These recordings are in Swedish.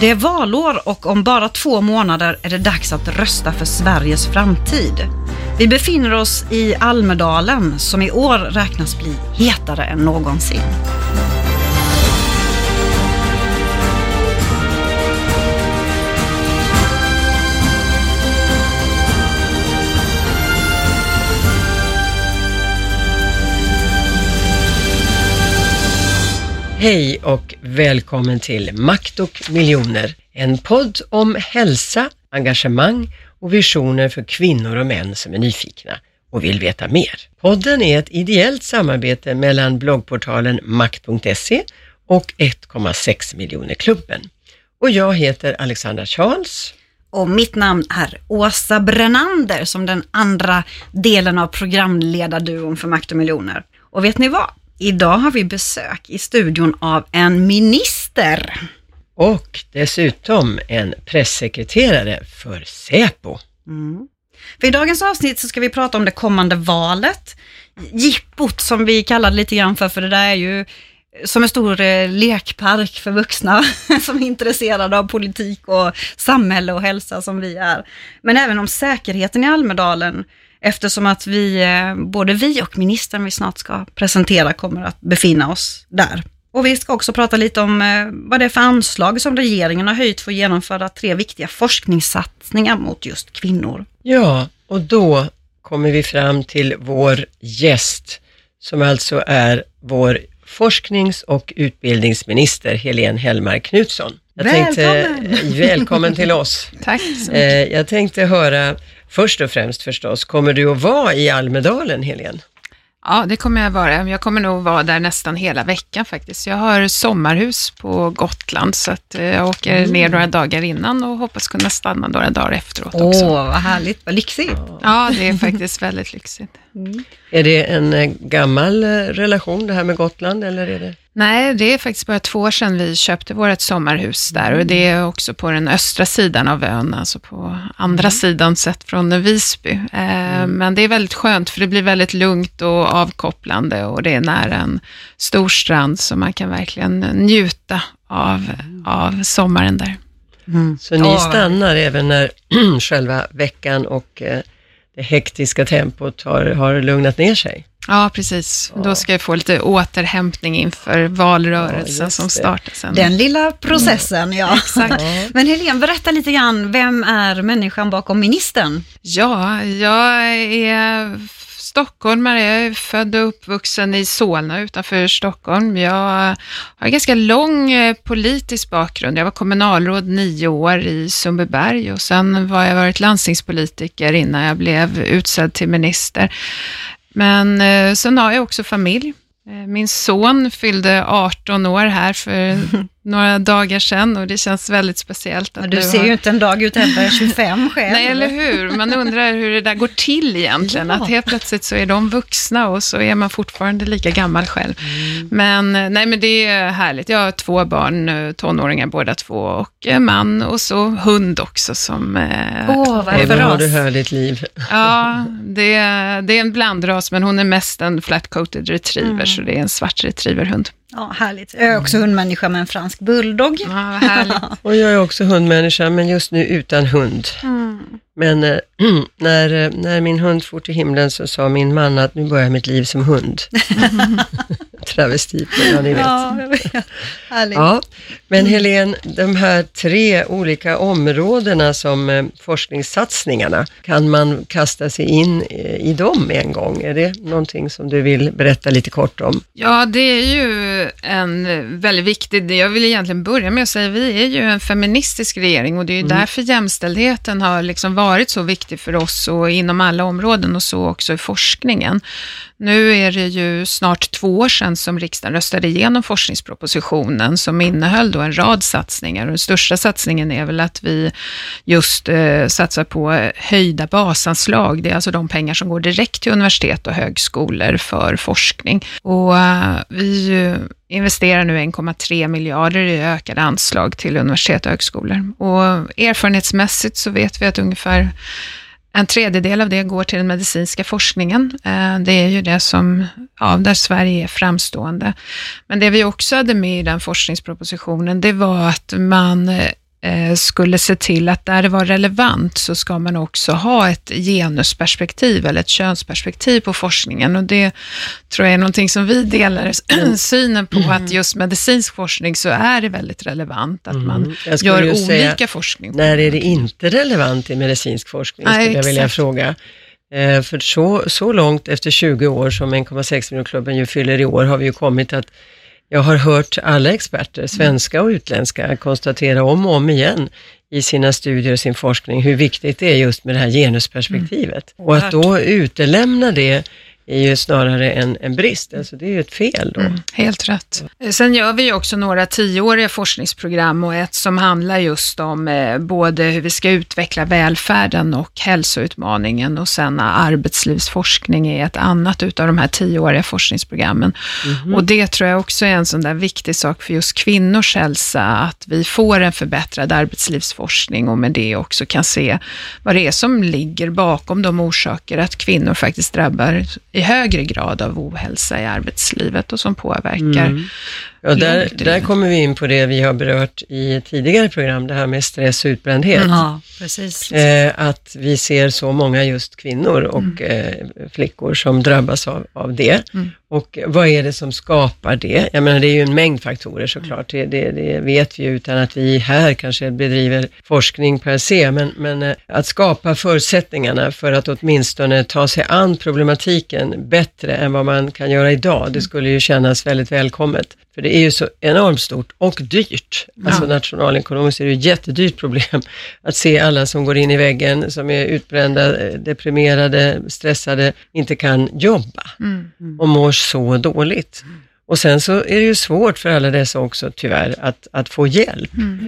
Det är valår och om bara 2 månader är det dags att rösta för Sveriges framtid. Vi befinner oss i Almedalen som i år räknas bli hetare än någonsin. Hej och välkommen till Makt och miljoner, en podd om hälsa, engagemang och visioner för kvinnor och män som är nyfikna och vill veta mer. Podden är ett ideellt samarbete mellan bloggportalen makt.se och 1,6 miljoner-klubben. Och jag heter Alexandra Charles. Och mitt namn är Åsa Brennander som den andra delen av programledarduon för Makt och miljoner. Och vet ni vad? Idag har vi besök i studion av en minister. Och dessutom en pressekreterare för Säpo. För i dagens avsnitt så ska vi prata om det kommande valet. Jippot som vi kallar det lite grann för det där är ju som en stor lekpark för vuxna som är intresserade av politik och samhälle och hälsa som vi är. Men även om säkerheten i Almedalen. Eftersom att både vi och ministern vi snart ska presentera kommer att befinna oss där. Och vi ska också prata lite om vad det är för anslag som regeringen har höjt för att genomföra 3 viktiga forskningssatsningar mot just kvinnor. Ja, och då kommer vi fram till vår gäst som alltså är vår forsknings- och utbildningsminister Helene Hellmark Knutsson. Välkommen till oss. Tack så mycket. Jag tänkte höra, först och främst förstås, kommer du att vara i Almedalen, Helene? Ja, det kommer jag vara. Jag kommer nog vara där nästan hela veckan faktiskt. Jag har sommarhus på Gotland så att jag åker ner några dagar innan och hoppas kunna stanna några dagar efteråt också. Vad härligt, vad lyxigt. Ja, det är faktiskt väldigt lyxigt. Är det en gammal relation det här med Gotland eller är det? Nej, det är faktiskt bara 2 år sedan vi köpte vårt sommarhus där och det är också på den östra sidan av ön, alltså på andra sidan sett från Visby. Men det är väldigt skönt för det blir väldigt lugnt och avkopplande och det är nära en stor strand så man kan verkligen njuta av sommaren där. Så ni stannar även när själva veckan och det hektiska tempot har lugnat ner sig? Ja, precis. Då ska jag få lite återhämtning inför valrörelsen som startar sen. Den lilla processen, ja. Exakt. Men Helene, berätta lite grann, vem är människan bakom ministern? Ja, jag är stockholmare. Jag är född och uppvuxen i Solna utanför Stockholm. Jag har en ganska lång politisk bakgrund. Jag var kommunalråd 9 år i Sundbyberg och sen har jag varit landstingspolitiker innan jag blev utsedd till minister. Men sen har jag också familj. Min son fyllde 18 år här för några dagar sedan och det känns väldigt speciellt. Att du ser ju inte en dag ut efter 25 själv. Nej, eller hur? Man undrar hur det där går till egentligen. Ja. Att helt plötsligt så är de vuxna och så är man fortfarande lika gammal själv. Men det är härligt. Jag har 2 barn, tonåringar båda 2 och en man och så hund också som... Även har du härligt liv. Ja, det är en blandras men hon är mest en flat-coated retriever så det är en svart retrieverhund. Ja, härligt. Jag är också hundmänniska med en fransk bulldog. Ja, härligt. Och jag är också hundmänniska, men just nu utan hund. Men när min hund for till himlen så sa min man att nu börjar mitt liv som hund. Travesti på, ni vet. Ja, härligt. Ja, men Helene, de här 3 olika områdena som forskningssatsningarna, kan man kasta sig in i dem en gång? Är det någonting som du vill berätta lite kort om? Ja, det är ju en väldigt viktig, jag vill egentligen börja med att säga vi är ju en feministisk regering och det är ju därför jämställdheten har liksom varit så viktig för oss och inom alla områden och så också i forskningen. Nu är det ju snart 2 år sedan som riksdagen röstade igenom forskningspropositionen som innehöll då en rad satsningar och den största satsningen är väl att vi just satsar på höjda basanslag. Det är alltså de pengar som går direkt till universitet och högskolor för forskning och vi investerar nu 1,3 miljarder i ökade anslag till universitet och högskolor och erfarenhetsmässigt så vet vi att ungefär 1/3 av det går till den medicinska forskningen. Det är ju det som, där Sverige är framstående. Men det vi också hade med i den forskningspropositionen, det var att man skulle se till att där det var relevant så ska man också ha ett genusperspektiv eller ett könsperspektiv på forskningen, och det tror jag är någonting som vi delar synen på, att just medicinsk forskning så är det väldigt relevant att man gör olika forskning. När är det inte relevant i medicinsk forskning, skulle jag vilja fråga. För så långt efter 20 år som 1,6 miljoner-klubben ju fyller i år har vi ju kommit att jag har hört alla experter, svenska och utländska, konstatera om och om igen i sina studier och sin forskning hur viktigt det är just med det här genusperspektivet. Och att då utelämna det är ju snarare en brist, alltså det är ju ett fel då. Helt rätt. Sen gör vi ju också några 10-åriga forskningsprogram, och ett som handlar just om både hur vi ska utveckla välfärden och hälsoutmaningen, och sen arbetslivsforskning är ett annat utav de här 10-åriga forskningsprogrammen. Och det tror jag också är en sån där viktig sak för just kvinnors hälsa, att vi får en förbättrad arbetslivsforskning och med det också kan se vad det är som ligger bakom de orsaker att kvinnor faktiskt drabbar i högre grad av ohälsa i arbetslivet och som påverkar. Ja, där kommer vi in på det vi har berört i tidigare program, det här med stress och utbrändhet. Ja, precis. Att vi ser så många just kvinnor och flickor som drabbas av det. Och vad är det som skapar det? Jag menar, det är ju en mängd faktorer såklart, det vet vi utan att vi här kanske bedriver forskning per se, men att skapa förutsättningarna för att åtminstone ta sig an problematiken bättre än vad man kan göra idag, det skulle ju kännas väldigt välkommet. För det är ju så enormt stort och dyrt. Alltså nationalekonomiskt är det ju ett jättedyrt problem att se alla som går in i väggen, som är utbrända, deprimerade, stressade, inte kan jobba och mår så dåligt. Och sen så är det ju svårt för alla dessa också tyvärr att få hjälp.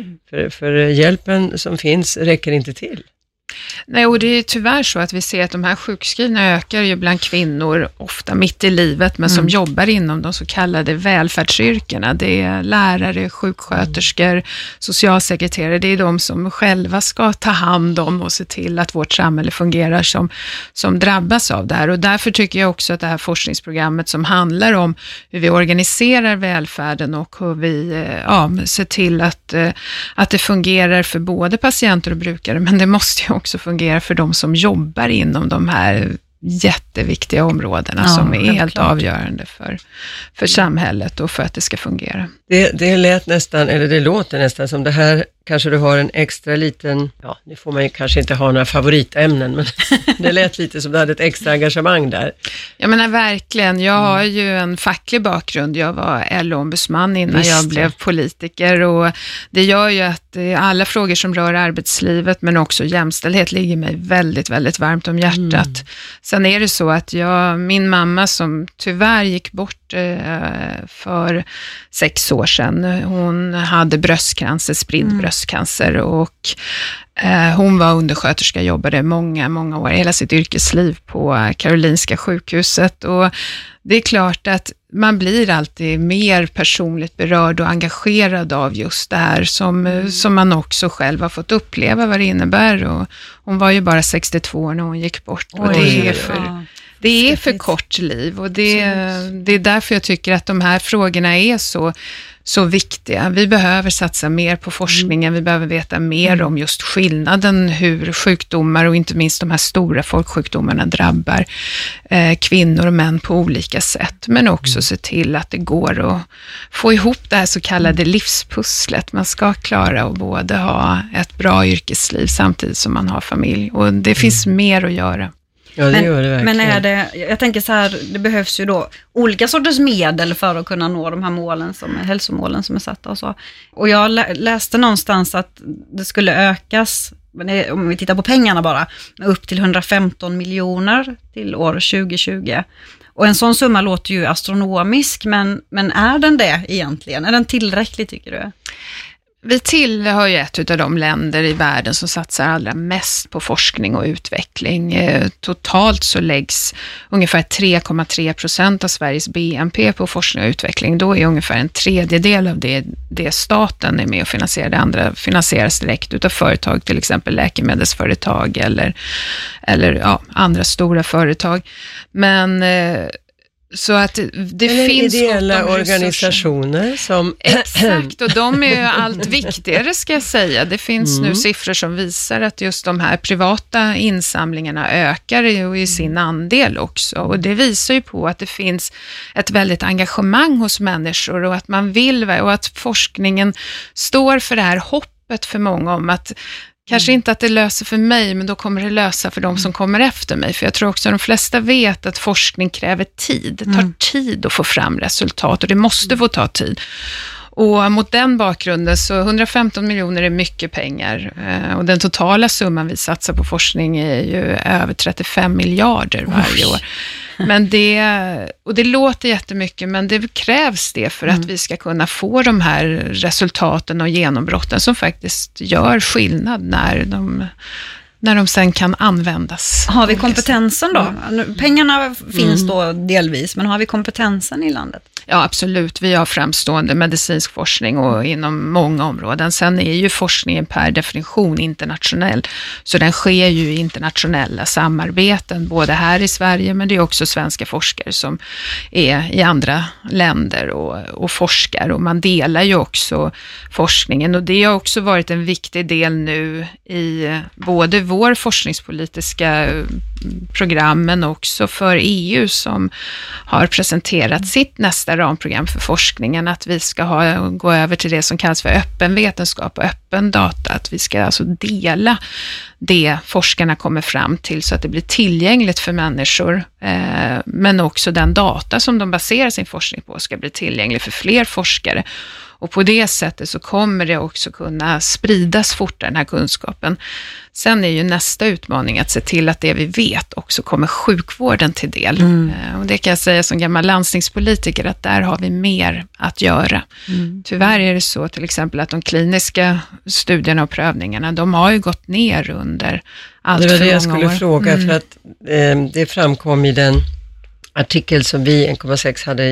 För hjälpen som finns räcker inte till. Nej, och det är tyvärr så att vi ser att de här sjukskrivna ökar ju bland kvinnor, ofta mitt i livet, men som jobbar inom de så kallade välfärdsyrkena. Det är lärare, sjuksköterskor, socialsekreterare, det är de som själva ska ta hand om och se till att vårt samhälle fungerar som drabbas av det här. Och därför tycker jag också att det här forskningsprogrammet som handlar om hur vi organiserar välfärden och hur vi ser till att det fungerar för både patienter och brukare, men det måste ju också fungera för de som jobbar inom de här jätteviktiga områdena som är helt avgörande för samhället och för att det ska fungera. Det låter nästan som det här, kanske du har en extra liten, nu får man ju kanske inte ha några favoritämnen, men det lät lite som du hade ett extra engagemang där. Jag menar verkligen, jag har ju en facklig bakgrund, jag var LO-ombudsman innan jag blev politiker, och det gör ju att alla frågor som rör arbetslivet men också jämställdhet ligger mig väldigt, väldigt varmt om hjärtat. Sen är det så att min mamma som tyvärr gick bort för 6 år sedan, hon hade bröstcancer, spridd bröstcancer, och hon var undersköterska, jobbade många år, hela sitt yrkesliv på Karolinska sjukhuset, och det är klart att man blir alltid mer personligt berörd och engagerad av just det här som man också själv har fått uppleva vad det innebär, och hon var ju bara 62 år när hon gick bort, och det är för kort liv, och det är därför jag tycker att de här frågorna är så viktiga. Vi behöver satsa mer på forskningen, vi behöver veta mer om just skillnaden, hur sjukdomar och inte minst de här stora folksjukdomarna drabbar kvinnor och män på olika sätt, men också se till att det går att få ihop det här så kallade livspusslet. Man ska klara att både ha ett bra yrkesliv samtidigt som man har familj, och det finns mer att göra. Ja, det gör det verkligen. Men jag tänker så här, det behövs ju då olika sorters medel för att kunna nå de här målen, som är hälsomålen som är satta och så. Och jag läste någonstans att det skulle ökas, om vi tittar på pengarna bara, upp till 115 miljoner till år 2020. Och en sån summa låter ju astronomisk, men är den det egentligen? Är den tillräcklig, tycker du? Vi tillhör ju ett av de länder i världen som satsar allra mest på forskning och utveckling. Totalt så läggs ungefär 3,3% av Sveriges BNP på forskning och utveckling. Då är ungefär en tredjedel av det staten är med och finansierar. Det andra finansieras direkt utav företag, till exempel läkemedelsföretag eller andra stora företag. Men Så att det eller finns ideella organisationer som... Exakt, och de är ju allt viktigare ska jag säga. Det finns nu siffror som visar att just de här privata insamlingarna ökar ju i sin andel också. Och det visar ju på att det finns ett väldigt engagemang hos människor och att man vill, och att forskningen står för det här hoppet för många om att kanske inte att det löser för mig, men då kommer det lösa för de som kommer efter mig. För jag tror också att de flesta vet att forskning kräver tid. Det tar tid att få fram resultat och det måste få ta tid. Och mot den bakgrunden så 115 miljoner är mycket pengar. Och den totala summan vi satsar på forskning är ju över 35 miljarder varje år. Men det låter jättemycket, men det krävs det för att vi ska kunna få de här resultaten och genombrotten som faktiskt gör skillnad när de sen kan användas. Har vi kompetensen då? Pengarna finns då delvis, men har vi kompetensen i landet? Ja, absolut. Vi har framstående medicinsk forskning och inom många områden. Sen är ju forskningen per definition internationell. Så den sker ju i internationella samarbeten, både här i Sverige, men det är också svenska forskare som är i andra länder och forskar. Och man delar ju också forskningen. Och det har också varit en viktig del nu i både vår forskningspolitiska program, men också för EU som har presenterat sitt nästa ramprogram för forskningen, att vi ska gå över till det som kallas för öppen vetenskap och öppen data, att vi ska alltså dela det forskarna kommer fram till så att det blir tillgängligt för människor, men också den data som de baserar sin forskning på ska bli tillgänglig för fler forskare. Och på det sättet så kommer det också kunna spridas fortare, den här kunskapen. Sen är ju nästa utmaning att se till att det vi vet också kommer sjukvården till del. Och det kan jag säga som gammal landstingspolitiker att där har vi mer att göra. Tyvärr är det så till exempel att de kliniska studierna och prövningarna, de har ju gått ner under allt för många år. Det var det jag skulle fråga, för att det framkom i den artikel som vi 1,6 hade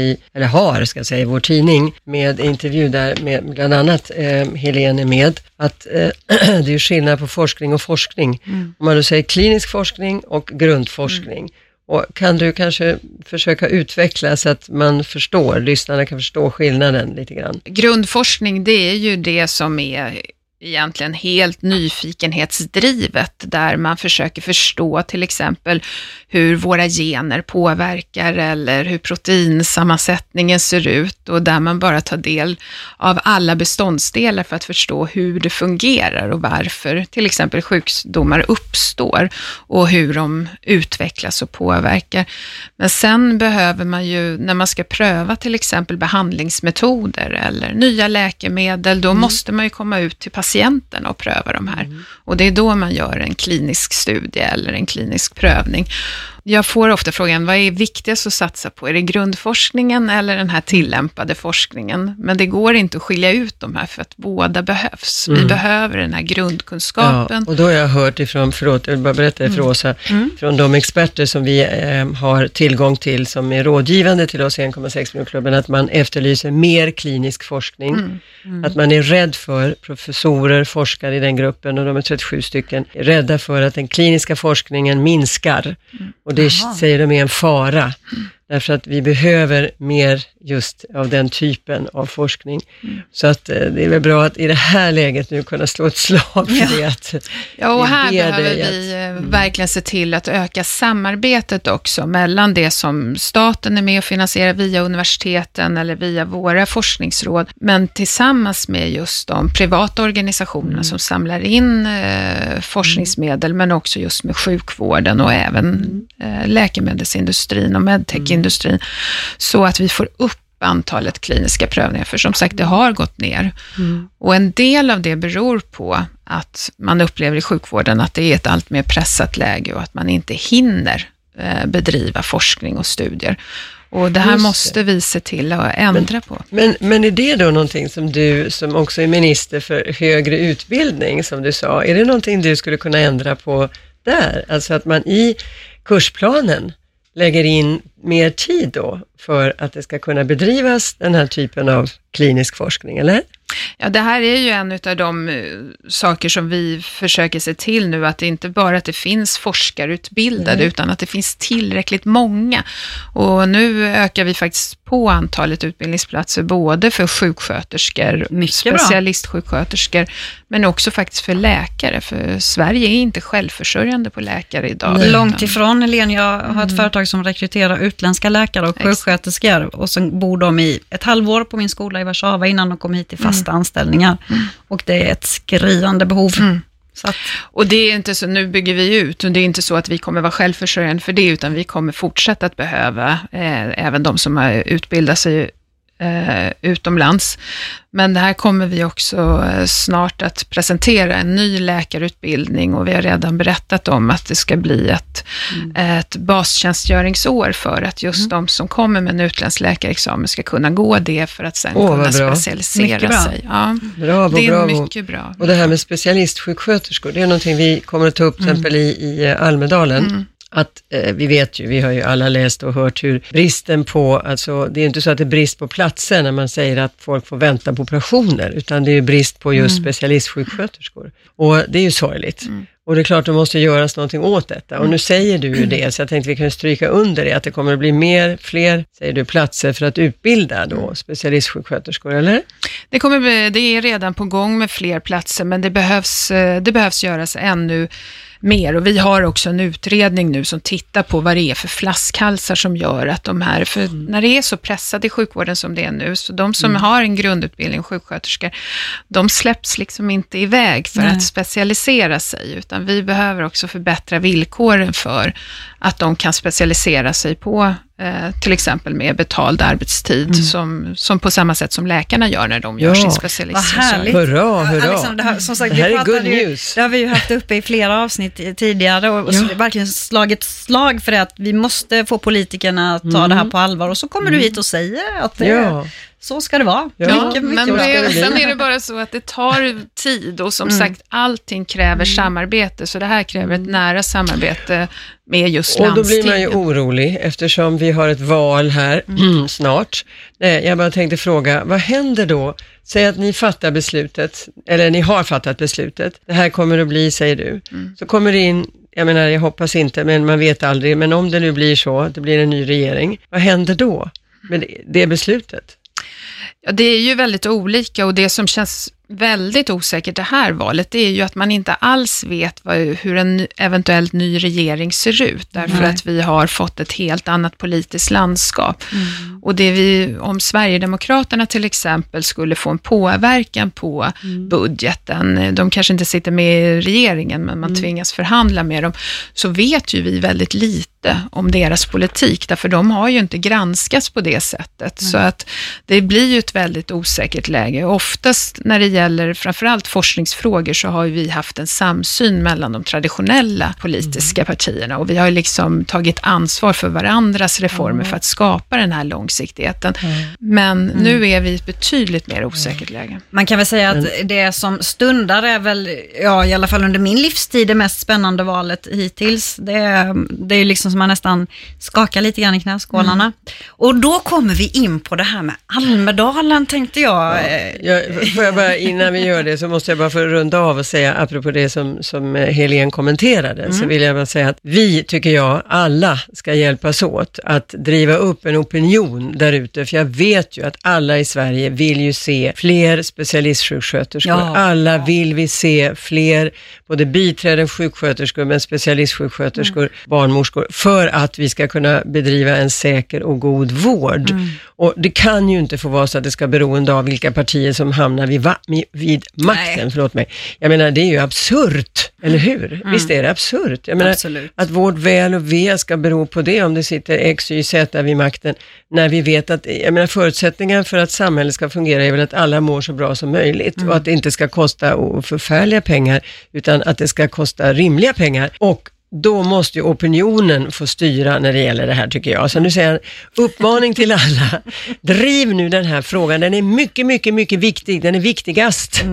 i vår tidning med intervju där med bland annat Helene med att det är skillnad på forskning och forskning. Om man då säger klinisk forskning och grundforskning. Och kan du kanske försöka utveckla så att man förstår, lyssnarna kan förstå skillnaden lite grann? Grundforskning, det är ju det som är egentligen helt nyfikenhetsdrivet, där man försöker förstå till exempel hur våra gener påverkar eller hur proteinsammansättningen ser ut, och där man bara tar del av alla beståndsdelar för att förstå hur det fungerar och varför till exempel sjukdomar uppstår och hur de utvecklas och påverkar. Men sen behöver man ju, när man ska pröva till exempel behandlingsmetoder eller nya läkemedel, då måste man ju komma ut till patienterna och pröva de här. Och det är då man gör en klinisk studie eller en klinisk prövning. Jag får ofta frågan, vad är viktigast att satsa på? Är det grundforskningen eller den här tillämpade forskningen? Men det går inte att skilja ut de här för att båda behövs. Vi behöver den här grundkunskapen. Ja, och då har jag hört ifrån, jag vill bara berätta för Åsa, från de experter som vi har tillgång till, som är rådgivande till oss i 1,6 miljoner-klubben, att man efterlyser mer klinisk forskning. Att man är rädd för professorer, forskare i den gruppen, och de är 37 stycken, är rädda för att den kliniska forskningen minskar. Och det säger de är en fara. Därför att vi behöver mer just av den typen av forskning. Så att det är väl bra att i det här läget nu kunna slå ett slag för det. Ja, och här behöver vi verkligen se till att öka samarbetet också mellan det som staten är med och finansierar via universiteten eller via våra forskningsråd, men tillsammans med just de privata organisationerna som samlar in forskningsmedel, men också just med sjukvården och även läkemedelsindustrin och medtech-industrin, så att vi får upp antalet kliniska prövningar, för som sagt det har gått ner. Och en del av det beror på att man upplever i sjukvården att det är ett allt mer pressat läge och att man inte hinner bedriva forskning och studier. Och det här måste vi se till att ändra på. Men är det då någonting som du, som också är minister för högre utbildning, som du sa, är det någonting du skulle kunna ändra på där? Alltså att man i kursplanen lägger in mer tid då för att det ska kunna bedrivas den här typen av klinisk forskning, eller? Ja, det här är ju en av de saker som vi försöker se till nu, att det inte bara att det finns forskarutbildade utan att det finns tillräckligt många. Och nu ökar vi faktiskt på antalet utbildningsplatser både för sjuksköterskor, specialistsjuksköterskor, men också faktiskt för läkare, för Sverige är inte självförsörjande på läkare idag. Långt ifrån, Helene. Jag har ett företag som rekryterar utländska läkare och sjuksköterskor och så bor de i ett halvår på min skola i Warszawa innan de kommer hit i fasta anställningar. Och det är ett skriande behov. Så att... Och det är inte så, nu bygger vi ut, och det är inte så att vi kommer vara självförsörjande för det, utan vi kommer fortsätta att behöva även de som har utbildat sig utomlands. Men det här kommer vi också snart att presentera en ny läkarutbildning, och vi har redan berättat om att det ska bli ett bastjänstgöringsår för att just de som kommer med en utländsk läkarexamen ska kunna gå det för att sen kunna specialisera sig. Ja, bravo, det är bravo. mycket bra. Och det här med specialistsjuksköterskor, det är någonting vi kommer att ta upp till exempel i Almedalen. Att vi vet ju, vi har ju alla läst och hört hur bristen på, alltså det är inte så att det är brist på platser när man säger att folk får vänta på operationer, utan det är ju brist på just specialistsjuksköterskor. Och det är ju sorgligt. Och det är klart, det måste göras någonting åt detta. Och nu säger du ju det, så jag tänkte vi kan stryka under det, att det kommer att bli fler, säger du, platser för att utbilda då specialistsjuksköterskor, eller? Det är redan på gång med fler platser, men det behövs göras ännu mer, och vi har också en utredning nu som tittar på vad det är för flaskhalsar som gör att de här, för när det är så pressat i sjukvården som det är nu, så de som har en grundutbildning sjuksköterskor, de släpps liksom inte iväg för att specialisera sig, utan vi behöver också förbättra villkoren för att de kan specialisera sig på till exempel med betald arbetstid som på samma sätt som läkarna gör när de gör sin specialisering. Vad härligt. Hurra. Det här är good news. Det har vi ju haft uppe i flera avsnitt tidigare och verkligen slagit slag för det, att vi måste få politikerna att ta det här på allvar, och så kommer du hit och säger att så ska det vara. Men sen är det bara så att det tar tid, och som sagt, allting kräver samarbete, så det här kräver ett nära samarbete med just landstinget. Och då blir man ju orolig eftersom vi har ett val här snart. Jag bara tänkte fråga, vad händer då? Säg att ni fattar beslutet, eller ni har fattat beslutet. Det här kommer att bli, säger du. Så kommer det in, jag menar, jag hoppas inte, men man vet aldrig. Men om det nu blir så, det blir en ny regering. Vad händer då med det beslutet? Ja, det är ju väldigt olika, och det som känns väldigt osäkert det här valet, det är ju att man inte alls vet hur en eventuellt ny regering ser ut, därför att vi har fått ett helt annat politiskt landskap. Och om Sverigedemokraterna till exempel skulle få en påverkan på budgeten, de kanske inte sitter med i regeringen, men man tvingas förhandla med dem, så vet ju vi väldigt lite om deras politik, därför de har ju inte granskats på det sättet. Så att det blir ju ett väldigt osäkert läge. Oftast när det gäller framförallt forskningsfrågor så har vi haft en samsyn mellan de traditionella politiska partierna, och vi har liksom tagit ansvar för varandras reformer för att skapa den här långsiktigheten. Men nu är vi i ett betydligt mer osäkert läge. Man kan väl säga att det som stundar är väl, i alla fall under min livstid, det mest spännande valet hittills. Det är liksom som man nästan skakar lite grann i knäskålarna. Och då kommer vi in på det här med Almedalen, tänkte jag. Får jag bara, innan vi gör det så måste jag bara få runda av och säga, apropå det som Helene kommenterade, så vill jag bara säga att vi, tycker jag, alla ska hjälpas åt att driva upp en opinion där ute, för jag vet ju att alla i Sverige vill ju se fler specialistsjuksköterskor. Alla vill vi se fler, både biträden, sjuksköterskor, men specialistsjuksköterskor, barnmorskor, för att vi ska kunna bedriva en säker och god vård. Och det kan ju inte få vara så att det ska beroende av vilka partier som hamnar vid makten. Förlåt mig. Jag menar, det är ju absurt, eller hur? Visst är det absurt? Jag menar, att vårt väl och ve ska bero på det, om det sitter X, Y, Z vid makten, när vi vet att, jag menar, förutsättningen för att samhället ska fungera är väl att alla mår så bra som möjligt, och att det inte ska kosta förfärliga pengar, utan att det ska kosta rimliga pengar. Och då måste ju opinionen få styra när det gäller det här, tycker jag. Så nu säger jag en uppmaning till alla. Driv nu den här frågan. Den är mycket, mycket, mycket viktig. Den är viktigast.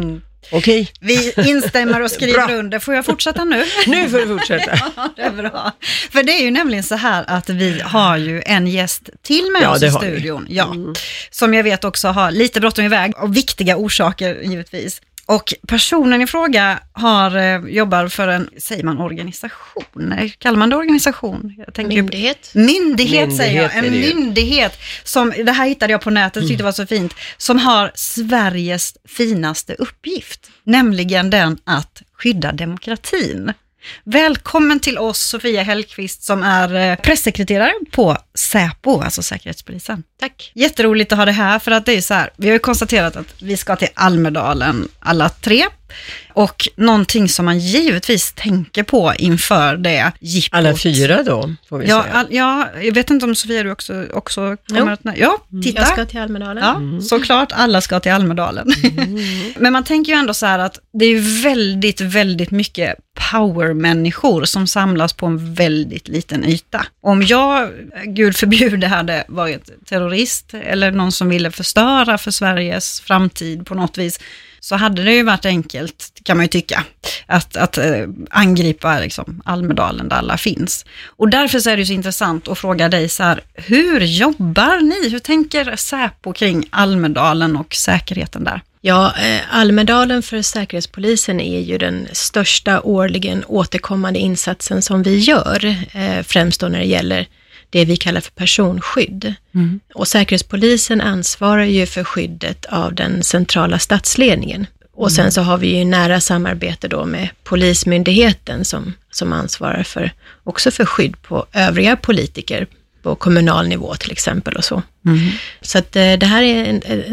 Okej. Vi instämmer och skriver under. Får jag fortsätta nu? Nu får du fortsätta. Ja, det är bra. För det är ju nämligen så här att vi har ju en gäst till med oss i studion. Ja, som jag vet också har lite bråttom iväg av viktiga orsaker givetvis. Och personen i fråga jobbar för en, säger man organisation? Nej, kallar man det organisation? Jag tänker myndighet. Myndighet säger jag. En myndighet som, det här hittade jag på nätet, tyckte det var så fint, som har Sveriges finaste uppgift. Nämligen den att skydda demokratin. Välkommen till oss Sofia Hellqvist som är pressekreterare på Säpo, alltså Säkerhetspolisen. Tack. Jätteroligt att ha det här för att det är så här, vi har ju konstaterat att vi ska till Almedalen alla 3 och någonting som man givetvis tänker på inför det jippot. Alla 4 då, får vi säga. Ja, jag vet inte om Sofia du också kommer att... Ja, titta. Jag ska till Almedalen. Ja, såklart alla ska till Almedalen. Men man tänker ju ändå så här att det är ju väldigt, väldigt mycket power-människor som samlas på en väldigt liten yta. Om jag, gud förbjude, hade varit terrorist eller någon som ville förstöra för Sveriges framtid på något vis, så hade det ju varit enkelt, kan man ju tycka, att angripa liksom Almedalen där alla finns. Och därför så är det ju så intressant att fråga dig så här, hur jobbar ni? Hur tänker Säpo kring Almedalen och säkerheten där? Ja, Almedalen för Säkerhetspolisen är ju den största årligen återkommande insatsen som vi gör, främst då när det gäller det vi kallar för personskydd. Och Säkerhetspolisen ansvarar ju för skyddet av den centrala statsledningen. Och sen så har vi ju nära samarbete då med Polismyndigheten som ansvarar också för skydd på övriga politiker på kommunal nivå till exempel och så. Så att det här är en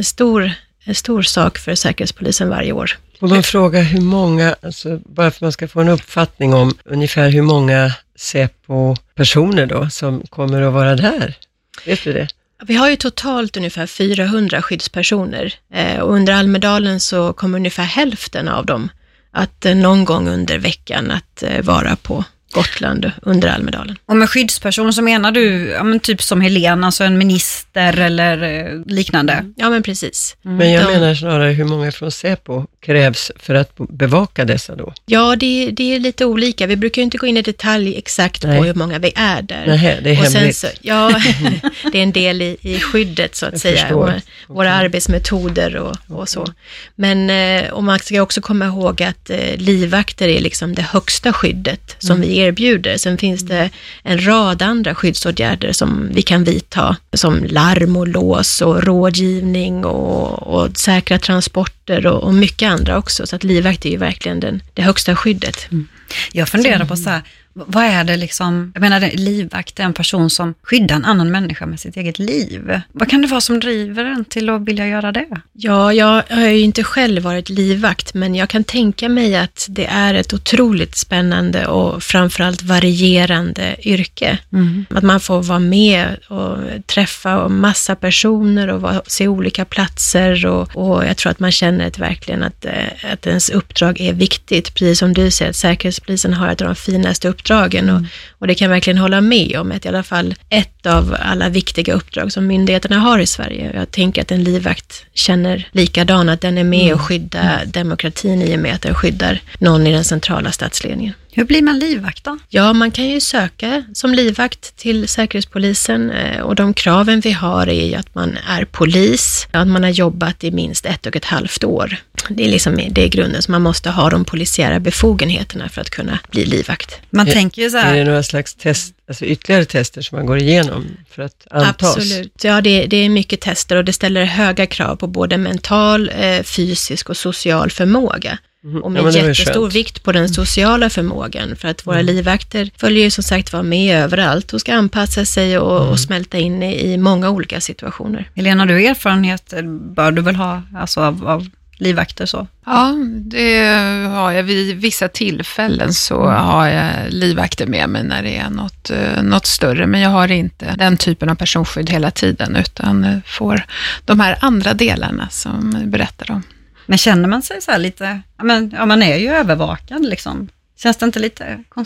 stor sak för Säkerhetspolisen varje år. Och man frågar hur många, alltså bara för att man ska få en uppfattning om ungefär hur många Säpo-personer då som kommer att vara där. Vet du det? Vi har ju totalt ungefär 400 skyddspersoner och under Almedalen så kommer ungefär hälften av dem att någon gång under veckan att vara på Gotland under Almedalen. Och med skyddsperson så menar du typ som Helena, alltså en minister eller liknande? Ja, men precis. Men jag menar snarare hur många från Säpo krävs för att bevaka dessa då? Ja, det är lite olika. Vi brukar ju inte gå in i detalj exakt på hur många vi är där. Nej, det är hemligt. Sen det är en del i skyddet så att säga. Våra arbetsmetoder och så. Men och man ska också komma ihåg att livvakter är liksom det högsta skyddet som vi erbjuder. Sen finns det en rad andra skyddsåtgärder som vi kan vidta, som larm och lås och rådgivning och säkra transporter och mycket andra också. Så att livvakt är ju verkligen det högsta skyddet. Jag funderar på så här, vad är det liksom, jag menar livvakt är en person som skyddar en annan människa med sitt eget liv. Vad kan det vara som driver en till att vilja göra det? Ja, jag har ju inte själv varit livvakt, men jag kan tänka mig att det är ett otroligt spännande och framförallt varierande yrke. Att man får vara med och träffa massa personer och se olika platser och jag tror att man känner verkligen att ens uppdrag är viktigt. Precis som du säger, att Säkerhetspolisen har ett av de finaste uppdragen och det kan jag verkligen hålla med om, att i alla fall ett av alla viktiga uppdrag som myndigheterna har i Sverige. Jag tänker att en livvakt känner likadan, att den är med och skyddar demokratin i och med att den skyddar någon i den centrala statsledningen. Hur blir man livvakt då? Ja, man kan ju söka som livvakt till Säkerhetspolisen och de kraven vi har är ju att man är polis, att man har jobbat i minst 1,5 år. Det är liksom det är grunden, så man måste ha de polisiära befogenheterna för att kunna bli livvakt. Man tänker ju så här. Är det några slags test, alltså ytterligare tester som man går igenom för att antas? Absolut, ja det är mycket tester och det ställer höga krav på både mental, fysisk och social förmåga. Och med jättestor vikt på den sociala förmågan, för att våra livvakter följer ju som sagt vara med överallt och ska anpassa sig och smälta in i många olika situationer. Helena, du erfarenhet bör du väl ha alltså av livvakter så? Ja, det har jag. Vid vissa tillfällen så har jag livvakter med mig när det är något större, men jag har inte den typen av personskydd hela tiden utan får de här andra delarna som berättar om. Men känner man sig så här lite, man är ju övervakad liksom. Känns det inte lite konstigt?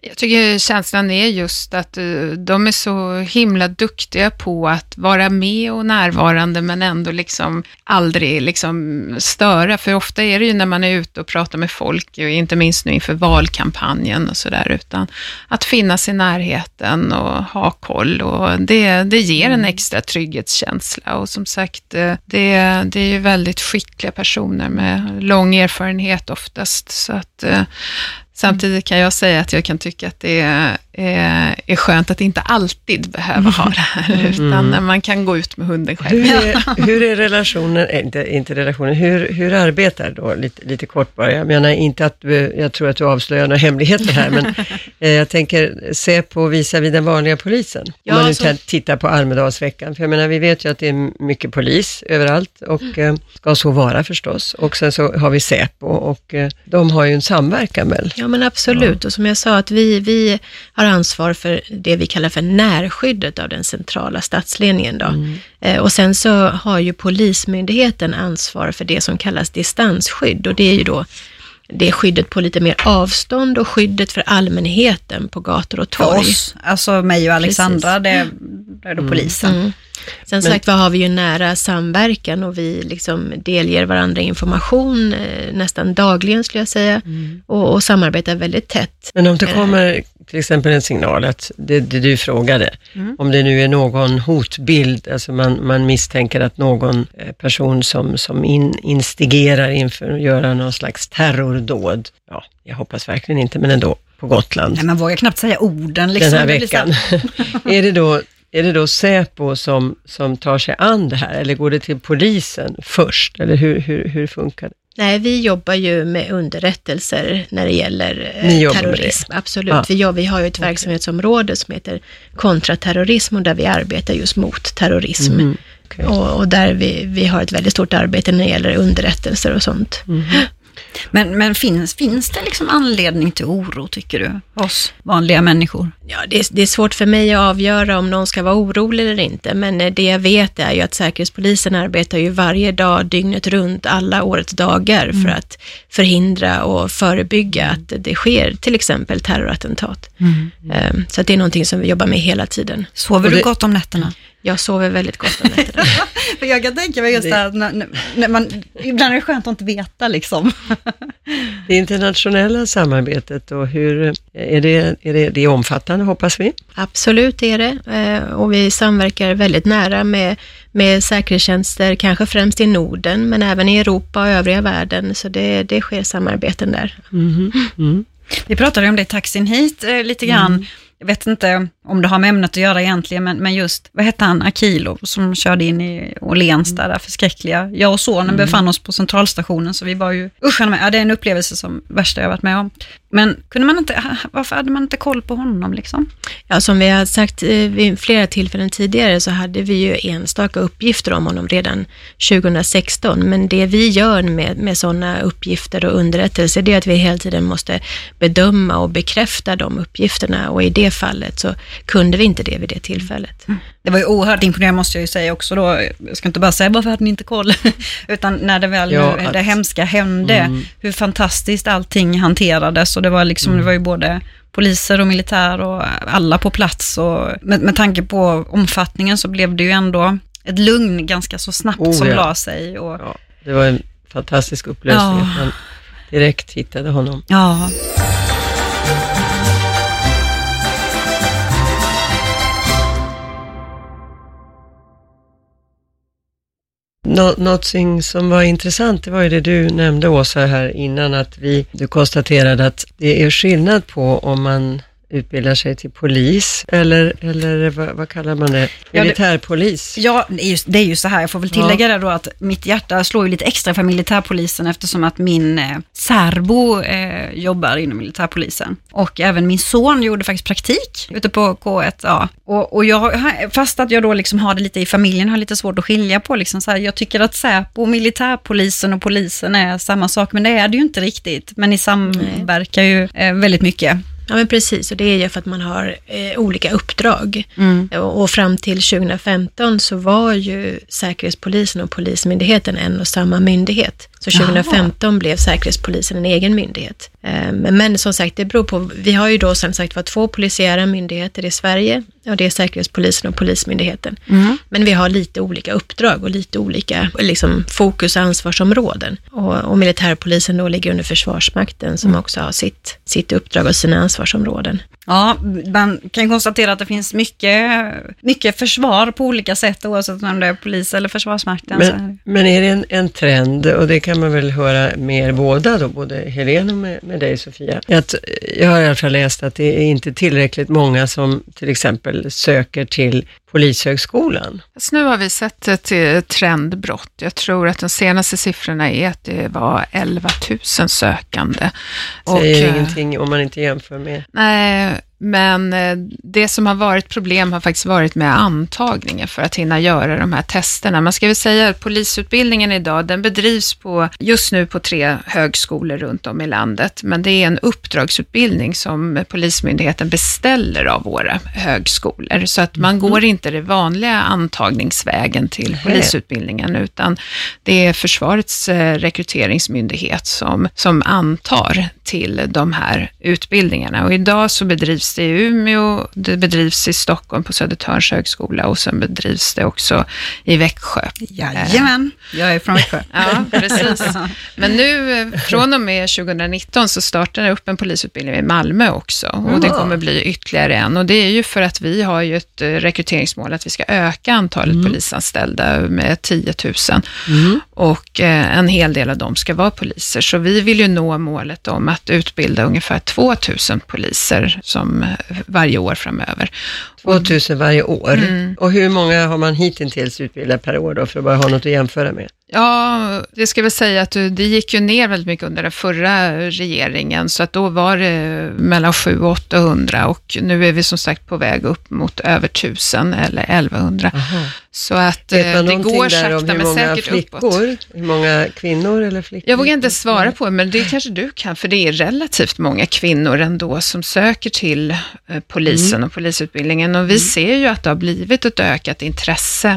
Jag tycker känslan är just att de är så himla duktiga på att vara med och närvarande, men ändå liksom aldrig liksom störa. För ofta är det ju när man är ute och pratar med folk, och inte minst nu inför valkampanjen och sådär, utan att finnas i närheten och ha koll. Och det ger en extra trygghetskänsla. Och som sagt, det är ju väldigt skickliga personer med lång erfarenhet oftast. Så att samtidigt kan jag säga att jag kan tycka att det är skönt att inte alltid behöva ha det här, utan när man kan gå ut med hunden själv. Hur är relationen, inte relationen, hur arbetar då? Lite kort bara. Jag menar inte att jag tror att du avslöjar några hemligheter här, men jag tänker se på visa vid den vanliga polisen. Om man nu kan titta på Almedalsveckan. För jag menar, vi vet ju att det är mycket polis överallt och ska så vara förstås. Och sen så har vi Säpo och de har ju en samverkan väl? Ja, men absolut. Och som jag sa, att vi har ansvar för det vi kallar för närskyddet av den centrala statsledningen då. Och sen så har ju Polismyndigheten ansvar för det som kallas distansskydd, och det är ju då det skyddet på lite mer avstånd och skyddet för allmänheten på gator och torg. För oss, alltså mig och Alexandra, det är då polisen. Sen sagt, vad har vi ju nära samverkan, och vi liksom delger varandra information nästan dagligen skulle jag säga, och samarbetar väldigt tätt. Men om det kommer till exempel en signal att det du frågade, om det nu är någon hotbild, alltså man misstänker att någon person som instigerar inför att göra någon slags terrordåd, ja, jag hoppas verkligen inte, men ändå på Gotland. Nej, man vågar knappt säga orden liksom. Den här veckan. Är det då Säpo som tar sig an det här, eller går det till polisen först, eller hur funkar det? Nej, vi jobbar ju med underrättelser när det gäller terrorism. Absolut. Vi har ju ett verksamhetsområde som heter kontraterrorism, och där vi arbetar just mot terrorism. Och där vi har ett väldigt stort arbete när det gäller underrättelser och sånt. Men finns det liksom anledning till oro, tycker du, oss vanliga människor? Ja, det är svårt för mig att avgöra om någon ska vara orolig eller inte, men det jag vet är ju att Säkerhetspolisen arbetar ju varje dag, dygnet runt, alla årets dagar för att förhindra och förebygga att det sker till exempel terrorattentat. Så att det är någonting som vi jobbar med hela tiden. Sover du gott om nätterna? Jag sover väldigt gott om nätterna. För jag kan tänka mig just det här, när man, ibland är det skönt att inte veta liksom. Det internationella samarbetet, och hur är det omfattande, hoppas vi? Absolut är det, och vi samverkar väldigt nära med säkerhetstjänster, kanske främst i Norden, men även i Europa och övriga världen, så det sker samarbeten där. Vi pratade om det i taxin hit lite grann. Jag vet inte om det har med ämnet att göra egentligen, men just, vad hette han, Akilov, som körde in i Åhléns där förskräckliga. Jag och sonen befann oss på centralstationen, så vi var ju, det är en upplevelse som värsta jag varit med om. Men varför hade man inte koll på honom liksom? Ja, som vi har sagt vid flera tillfällen tidigare, så hade vi ju enstaka uppgifter om honom redan 2016, men det vi gör med sådana uppgifter och underrättelser, det är att vi hela tiden måste bedöma och bekräfta de uppgifterna, och i det fallet så kunde vi inte det vid det tillfället. Det var ju oerhört imponerande, måste jag ju säga också då. Jag ska inte bara säga varför hade ni inte koll, utan när det väl det hemska hände, hur fantastiskt allting hanterades, och det var liksom, det var ju både poliser och militär och alla på plats, och med tanke på omfattningen så blev det ju ändå ett lugn ganska så snabbt som la sig. Och ja, det var en fantastisk upplösning att man direkt hittade honom. Ja. Något som var intressant, det var ju det du nämnde, Åsa, här innan, att du konstaterade att det är skillnad på om man utbildar sig till polis eller vad kallar man det? Militärpolis. Ja, det är ju så här. Jag får väl tillägga det då, att mitt hjärta slår ju lite extra för militärpolisen, eftersom att min särbo jobbar inom militärpolisen. Och även min son gjorde faktiskt praktik ute på K1. Ja. Och fast att jag då liksom har det lite i familjen, har lite svårt att skilja på liksom så här. Jag tycker att Säpo, militärpolisen och polisen är samma sak, men det är det ju inte riktigt. Men ni samverkar ju väldigt mycket. Ja, men precis. Och det är ju för att man har olika uppdrag. Och fram till 2015 så var ju Säkerhetspolisen och Polismyndigheten en och samma myndighet. Så 2015 blev Säkerhetspolisen en egen myndighet. Men som sagt, det beror på. Vi har ju då som sagt 2 polisiära myndigheter i Sverige. Och det är Säkerhetspolisen och Polismyndigheten. Men vi har lite olika uppdrag och lite olika liksom, fokus och ansvarsområden. Och militärpolisen då ligger under Försvarsmakten som också har sitt uppdrag och sina ansvarsområden. Ja, man kan konstatera att det finns mycket försvar på olika sätt oavsett om det är polis eller Försvarsmakten. Men är det en trend, och det kan man väl höra med er båda då, både Helene och med dig Sofia, att jag har i alla fall läst att det är inte tillräckligt många som till exempel söker till Polishögskolan. Så nu har vi sett ett trendbrott. Jag tror att de senaste siffrorna är att det var 11 000 sökande. Säger ingenting om man inte jämför med... Nej, men det som har varit problem har faktiskt varit med antagningen för att hinna göra de här testerna. Man ska väl säga att polisutbildningen idag, den bedrivs just nu på 3 högskolor runt om i landet. Men det är en uppdragsutbildning som Polismyndigheten beställer av våra högskolor. Så att man går inte det vanliga antagningsvägen till polisutbildningen, utan det är Försvarets rekryteringsmyndighet som antar till de här utbildningarna. Och idag så bedrivs det i Umeå, det bedrivs i Stockholm på Södertörns högskola och sen bedrivs det också i Växjö. Jajamän, jag är från Växjö. Ja, precis. Men nu från och med 2019 så startar det upp en polisutbildning i Malmö också och det kommer bli ytterligare en. Och det är ju för att vi har ju ett rekryteringsmål att vi ska öka antalet polisanställda med 10 000 och en hel del av dem ska vara poliser. Så vi vill ju nå målet om att utbilda ungefär 2 000 poliser som varje år framöver. 2 000 varje år. Och hur många har man hittills utbildat per år då, för att bara ha något att jämföra med? Ja, det ska väl säga att det gick ju ner väldigt mycket under den förra regeringen, så att då var det mellan 700 och 800 och nu är vi som sagt på väg upp mot över 1000 eller 1100. Så att det går sakta men säkert uppåt. Hur många kvinnor eller flickor? Jag vågar inte svara på det, men det kanske du kan, för det är relativt många kvinnor ändå som söker till polisen och polisutbildningen, och vi ser ju att det har blivit ett ökat intresse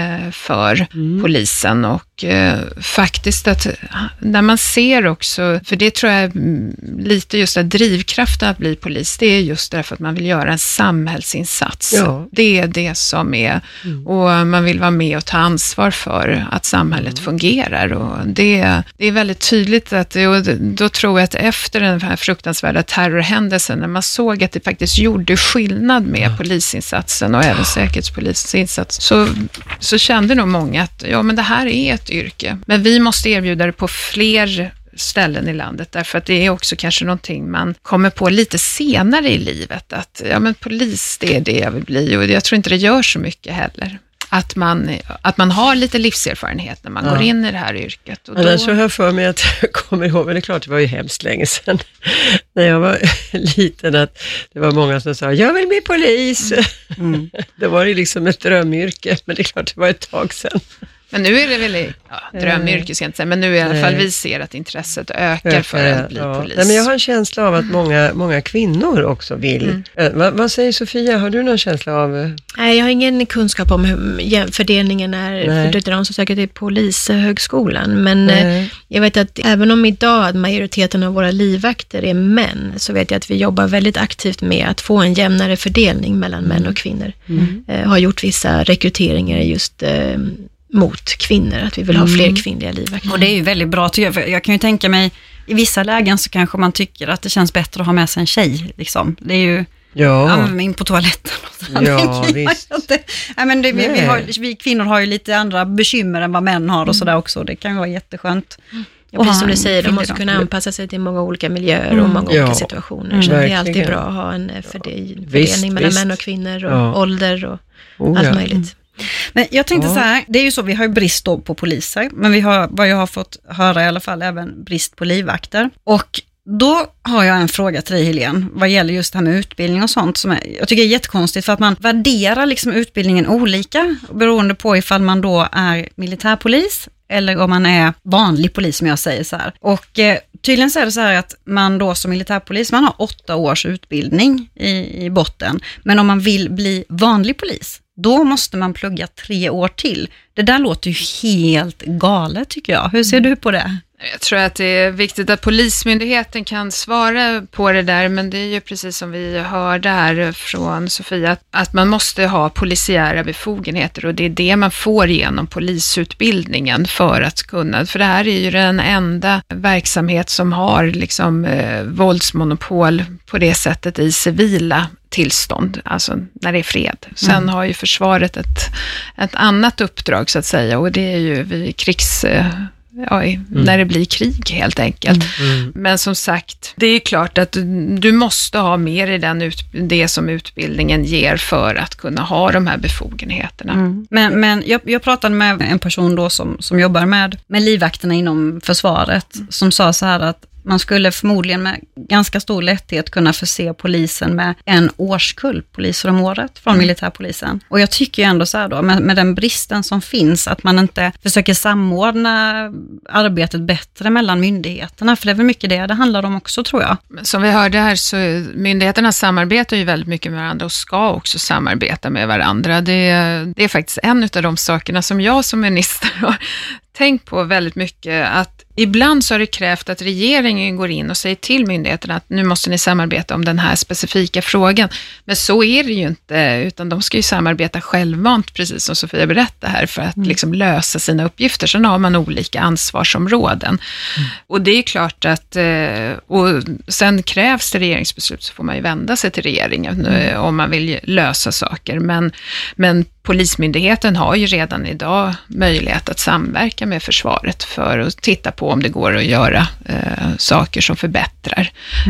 för polisen och faktiskt att när man ser också, för det tror jag lite just att drivkraften att bli polis, det är just därför att man vill göra en samhällsinsats. Ja. Det är det som är, och man vill vara med och ta ansvar för att samhället fungerar, och det är väldigt tydligt att, och då tror jag att efter den här fruktansvärda terrorhändelsen, när man såg att det faktiskt gjorde skillnad med polisinsatsen och även säkerhetspolisens insats, så kände nog många att ja, men det här är ett yrke. Men vi måste erbjuda det på fler ställen i landet, därför att det är också kanske någonting man kommer på lite senare i livet, att ja, men polis, det är det jag vill bli, och jag tror inte det gör så mycket heller. Att man har lite livserfarenhet när man går in i det här yrket. Och annars så har jag för mig att jag kommer ihåg, men det är klart det var ju hemskt länge sedan när jag var liten, att det var många som sa, jag vill bli polis. Det var ju liksom ett drömyrke, men det är klart det var ett tag sedan. Men nu är det väl drömyrke, ska jag inte säga, men nu i alla fall vi ser att intresset ökar för att bli polis. Nej, men jag har en känsla av att många kvinnor också vill. Vad säger Sofia, har du någon känsla av? Nej, jag har ingen kunskap om hur fördelningen är för de som söker till Polishögskolan, men jag vet att även om idag majoriteten av våra livvakter är män, så vet jag att vi jobbar väldigt aktivt med att få en jämnare fördelning mellan män och kvinnor. Har gjort vissa rekryteringar just mot kvinnor, att vi vill ha fler kvinnliga livvakter. Och det är ju väldigt bra, för jag kan ju tänka mig, i vissa lägen så kanske man tycker att det känns bättre att ha med sig en tjej, liksom. Det är ju in på toaletten. Visst. Vi kvinnor har ju lite andra bekymmer än vad män har och sådär också. Det kan vara jätteskönt. Ja, precis som du säger, de måste kunna anpassa sig till många olika miljöer och många olika situationer. Så det är alltid bra att ha en fördelning mellan män och kvinnor och ålder och allt möjligt. Men jag tänkte så här, det är ju så, vi har ju brist då på poliser, men vi har, vad jag har fått höra i alla fall, även brist på livvakter. Och då har jag en fråga till dig, Helene, vad gäller just det här med utbildning och sånt, som jag tycker är jättekonstigt, för att man värderar liksom utbildningen olika beroende på ifall man då är militärpolis eller om man är vanlig polis, som jag säger så här. Och tydligen så är det så här att man då som militärpolis, man har 8 års utbildning i botten. Men om man vill bli vanlig polis, då måste man plugga 3 år till. Det där låter ju helt galet tycker jag. Hur ser du på det? Jag tror att det är viktigt att Polismyndigheten kan svara på det där, men det är ju precis som vi hörde här från Sofia, att man måste ha polisiära befogenheter och det är det man får genom polisutbildningen för att kunna, för det här är ju den enda verksamhet som har liksom våldsmonopol på det sättet i civila tillstånd, alltså när det är fred. Sen har ju försvaret ett annat uppdrag så att säga, och det är ju vid när det blir krig helt enkelt. Men som sagt, det är klart att du måste ha mer i det som utbildningen ger för att kunna ha de här befogenheterna. Men jag pratade med en person då som jobbar med livvakterna inom försvaret som sa så här att man skulle förmodligen med ganska stor lätthet kunna förse polisen med en årskull poliser om året från militärpolisen. Och jag tycker ju ändå så här då, med den bristen som finns, att man inte försöker samordna arbetet bättre mellan myndigheterna, för det är väl mycket det handlar om också tror jag. Som vi hörde här så myndigheterna samarbetar ju väldigt mycket med varandra och ska också samarbeta med varandra. Det är faktiskt en av de sakerna som jag som minister har tänkt på väldigt mycket, att ibland så har det krävt att regeringen går in och säger till myndigheterna att nu måste ni samarbeta om den här specifika frågan. Men så är det ju inte, utan de ska ju samarbeta självmant, precis som Sofia berättade här, för att liksom lösa sina uppgifter. Sen har man olika ansvarsområden. Och det är klart att, och sen krävs det regeringsbeslut så får man ju vända sig till regeringen om man vill lösa saker. Men Polismyndigheten har ju redan idag möjlighet att samverka med försvaret för att titta på om det går att göra saker som förbättrar.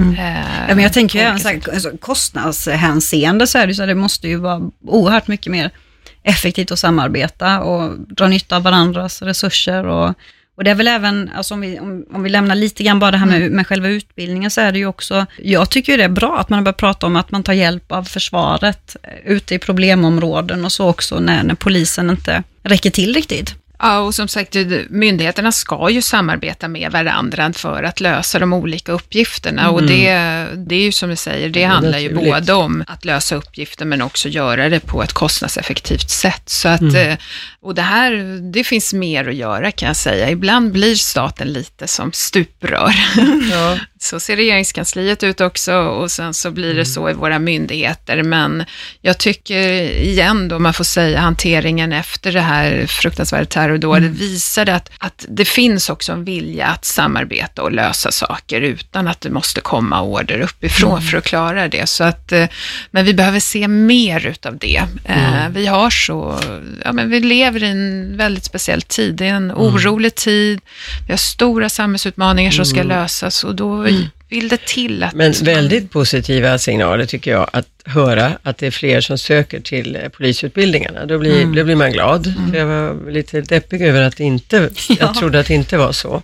Men jag tänker ju även så här, alltså, kostnadshänseende så är det så att det måste ju vara oerhört mycket mer effektivt att samarbeta och dra nytta av varandras resurser och det är väl även, alltså om vi lämnar lite grann bara det här med själva utbildningen, så är det ju också, jag tycker ju det är bra att man börjar prata om att man tar hjälp av försvaret ute i problemområden och så också när polisen inte räcker till riktigt. Ja, och som sagt, myndigheterna ska ju samarbeta med varandra för att lösa de olika uppgifterna. Och det är ju som du säger, det handlar ju både om att lösa uppgifter men också göra det på ett kostnadseffektivt sätt. Så att, och det finns mer att göra kan jag säga. Ibland blir staten lite som stuprör. Ja. Så ser regeringskansliet ut också och sen så blir det så i våra myndigheter. Men jag tycker igen då man får säga hanteringen efter det här fruktansvärda terrordådet visade att det finns också en vilja att samarbeta och lösa saker utan att det måste komma order uppifrån för att klara det. Så att, men vi behöver se mer utav det. Vi har vi lever i en väldigt speciell tid. Det är en orolig tid. Vi har stora samhällsutmaningar som ska lösas och då vill det till att... Men väldigt positiva signaler tycker jag, att höra att det är fler som söker till polisutbildningarna. Då blir man glad. För jag var lite deppig över att jag trodde att det inte var så.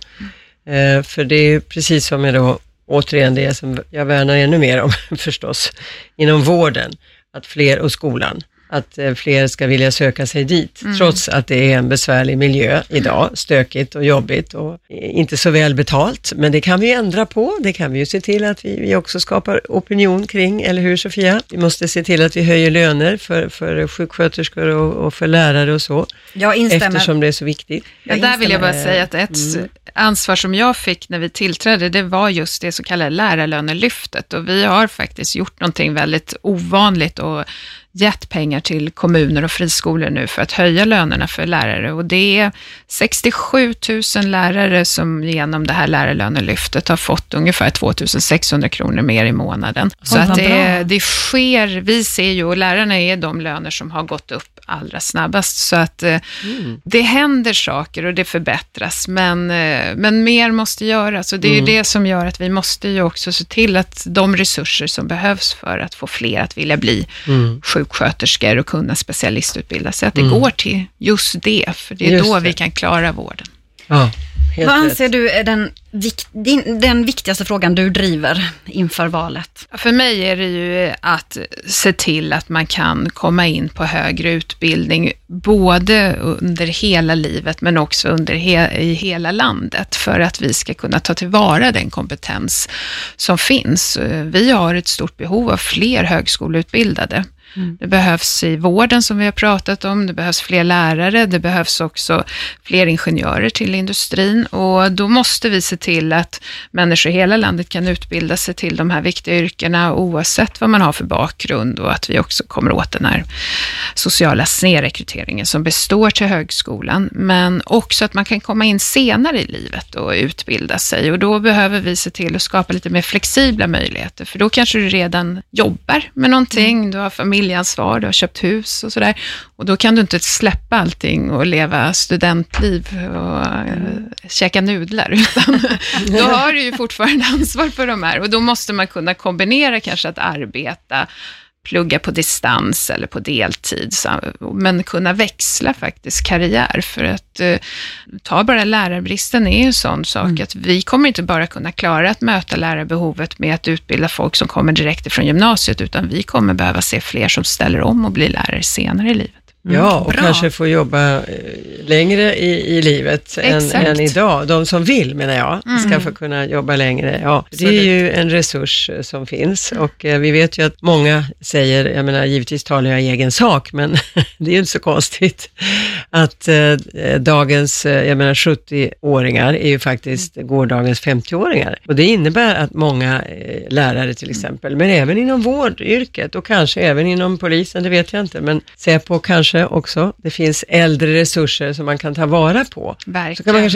För det är precis som är då återigen det som jag värnar ännu mer om förstås, inom vården, att fler och skolan, att fler ska vilja söka sig dit, trots att det är en besvärlig miljö idag, stökigt och jobbigt och inte så väl betalt, men det kan vi ändra på, det kan vi ju se till att vi också skapar opinion kring, eller hur Sofia? Vi måste se till att vi höjer löner för sjuksköterskor och för lärare och så, jag instämmer. Eftersom det är så viktigt. Där vill jag bara säga att ett ansvar som jag fick när vi tillträdde, det var just det så kallade lärarlönelyftet, och vi har faktiskt gjort någonting väldigt ovanligt och gett pengar till kommuner och friskolor nu för att höja lönerna för lärare, och det är 67 000 lärare som genom det här lärarlönelyftet har fått ungefär 2600 kronor mer i månaden. Så att det sker, vi ser ju, och lärarna är de löner som har gått upp allra snabbast, så att det händer saker och det förbättras, men mer måste göras, och det är ju det som gör att vi måste ju också se till att de resurser som behövs för att få fler att vilja bli sjuksköterskor och kunna specialistutbilda sig, att det går till just det, för det är då vi kan klara vården. Ja. helt Vad rätt. anser du är den viktigaste frågan du driver inför valet? För mig är det ju att se till att man kan komma in på högre utbildning både under hela livet men också i hela landet för att vi ska kunna ta tillvara den kompetens som finns. Vi har ett stort behov av fler högskoleutbildade. Det behövs i vården som vi har pratat om, det behövs fler lärare, det behövs också fler ingenjörer till industrin och då måste vi se till att människor i hela landet kan utbilda sig till de här viktiga yrkena oavsett vad man har för bakgrund och att vi också kommer åt den här sociala snedrekryteringen som består till högskolan, men också att man kan komma in senare i livet och utbilda sig och då behöver vi se till att skapa lite mer flexibla möjligheter för då kanske du redan jobbar med någonting, du har familjeansvar, du har köpt hus och sådär och då kan du inte släppa allting och leva studentliv och käka nudlar utan då har du ju fortfarande ansvar för de här och då måste man kunna kombinera kanske att arbeta, plugga på distans eller på deltid men kunna växla faktiskt karriär för att ta bara lärarbristen är ju en sån sak att vi kommer inte bara kunna klara att möta lärarbehovet med att utbilda folk som kommer direkt från gymnasiet utan vi kommer behöva se fler som ställer om och blir lärare senare i livet. Ja, och Bra. kanske få jobba längre i livet än idag. De som vill, menar jag, ska få kunna jobba längre. Ja, det är ju en resurs som finns och vi vet ju att många säger, jag menar givetvis talar jag i egen sak, men det är ju inte så konstigt att dagens, jag menar 70-åringar är ju faktiskt gårdagens 50-åringar. Och det innebär att många lärare till exempel, men även inom vårdyrket och kanske även inom polisen, det vet jag inte, men Säpo kanske också. Det finns äldre resurser som man kan ta vara på. Verkligen. Så kan man kanske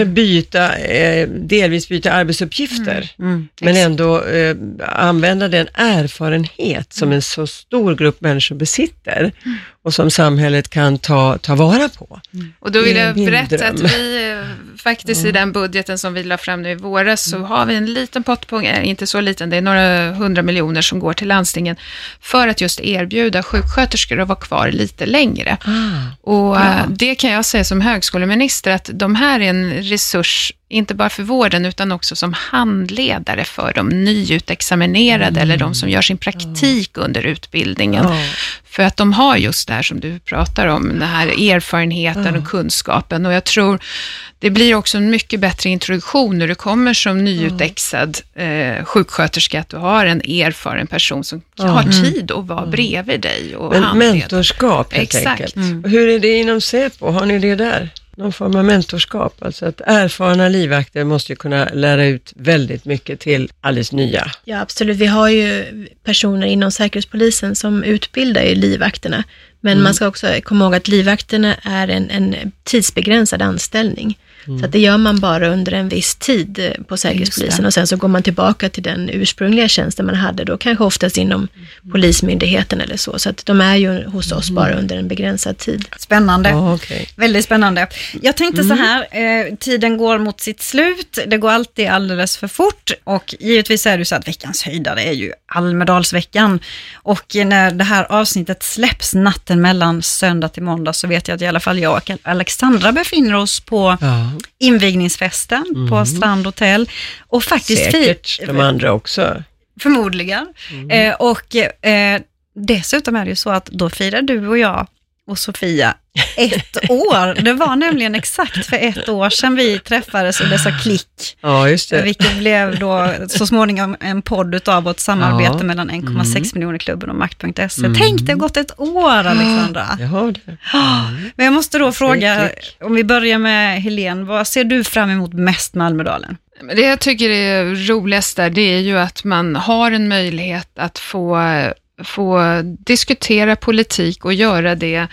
delvis byta arbetsuppgifter. Men ändå använda den erfarenhet som en så stor grupp människor besitter och som samhället kan ta vara på. Och då vill jag Min berätta dröm. att vi faktiskt i den budgeten som vi la fram nu i våras så har vi en liten pott på, inte så liten, det är några 100 miljoner som går till landstingen för att just erbjuda sjuksköterskor att vara kvar lite längre. Och det kan jag säga som högskoleminister att de här är en resurs inte bara för vården utan också som handledare för de nyutexaminerade eller de som gör sin praktik under utbildningen. För att de har just det här som du pratar om, den här erfarenheten och kunskapen och jag tror det blir också en mycket bättre introduktion när du kommer som nyutexad sjuksköterska att du har en erfaren person som har tid att vara bredvid dig och handleda. Mentorskap helt enkelt. Och hur är det inom Säpo? Har ni det där? Någon form av mentorskap, alltså att erfarna livvakter måste ju kunna lära ut väldigt mycket till alldeles nya. Ja, absolut. Vi har ju personer inom Säkerhetspolisen som utbildar ju livvakterna. Men man ska också komma ihåg att livvakterna är en tidsbegränsad anställning. Så att det gör man bara under en viss tid på Säkerhetspolisen och sen så går man tillbaka till den ursprungliga tjänsten man hade då kanske oftast inom polismyndigheten eller så. Så att de är ju hos oss bara under en begränsad tid. Spännande. Okay. Väldigt spännande. Jag tänkte så här, tiden går mot sitt slut. Det går alltid alldeles för fort och givetvis är det så att veckans höjdare är ju Almedalsveckan. Och när det här avsnittet släpps natten mellan söndag till måndag så vet jag att i alla fall jag och Alexandra befinner oss på invigningsfesten på Strand Hotel och faktiskt säkert de andra också. Förmodligen. Dessutom är det ju så att då firar du och jag och Sofia 1 år. Det var nämligen exakt för 1 år sedan vi träffades och det sa klick. Ja, just det. Vilket blev då så småningom en podd utav vårt samarbete mellan 1,6 miljoner klubben och Makt.se. Tänk, det har gått 1 år, Alexandra. Jag har det. Men jag måste då fråga, om vi börjar med Helene, vad ser du fram emot mest med Almedalen? Det jag tycker är roligast där, det är ju att man har en möjlighet att få diskutera politik och göra det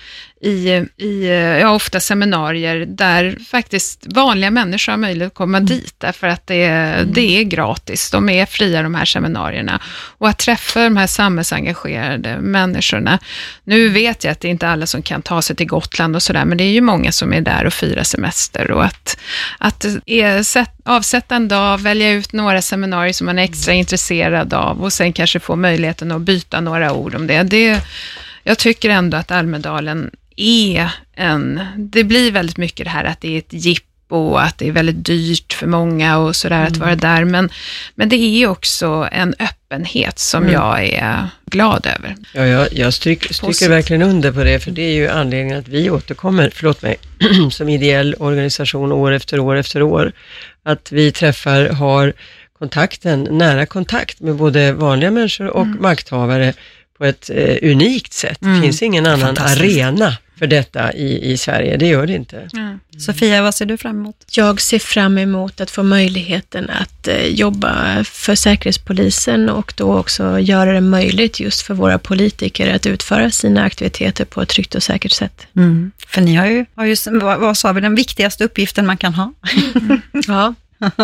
i ofta seminarier där faktiskt vanliga människor har möjlighet att komma dit därför att det är gratis. De är fria, de här seminarierna. Och att träffa de här samhällsengagerade människorna. Nu vet jag att det är inte alla som kan ta sig till Gotland och sådär, men det är ju många som är där och firar semester. Och att avsätta en dag, välja ut några seminarier som man är extra intresserad av och sen kanske få möjligheten att byta några ord om det. Jag tycker ändå att Almedalen det blir väldigt mycket det här att det är ett jippo och att det är väldigt dyrt för många och sådär att vara där. Men det är också en öppenhet som jag är glad över. Ja, jag stryker verkligen under på det, för det är ju anledningen att vi återkommer, som ideell organisation år efter år. Att vi har nära kontakt med både vanliga människor och makthavare på ett unikt sätt. Det finns ingen annan arena för detta i Sverige, det gör det inte. Sofia, vad ser du fram emot? Jag ser fram emot att få möjligheten att jobba för Säkerhetspolisen och då också göra det möjligt just för våra politiker att utföra sina aktiviteter på ett tryggt och säkert sätt. För ni har ju vad sa vi, den viktigaste uppgiften man kan ha. Ja.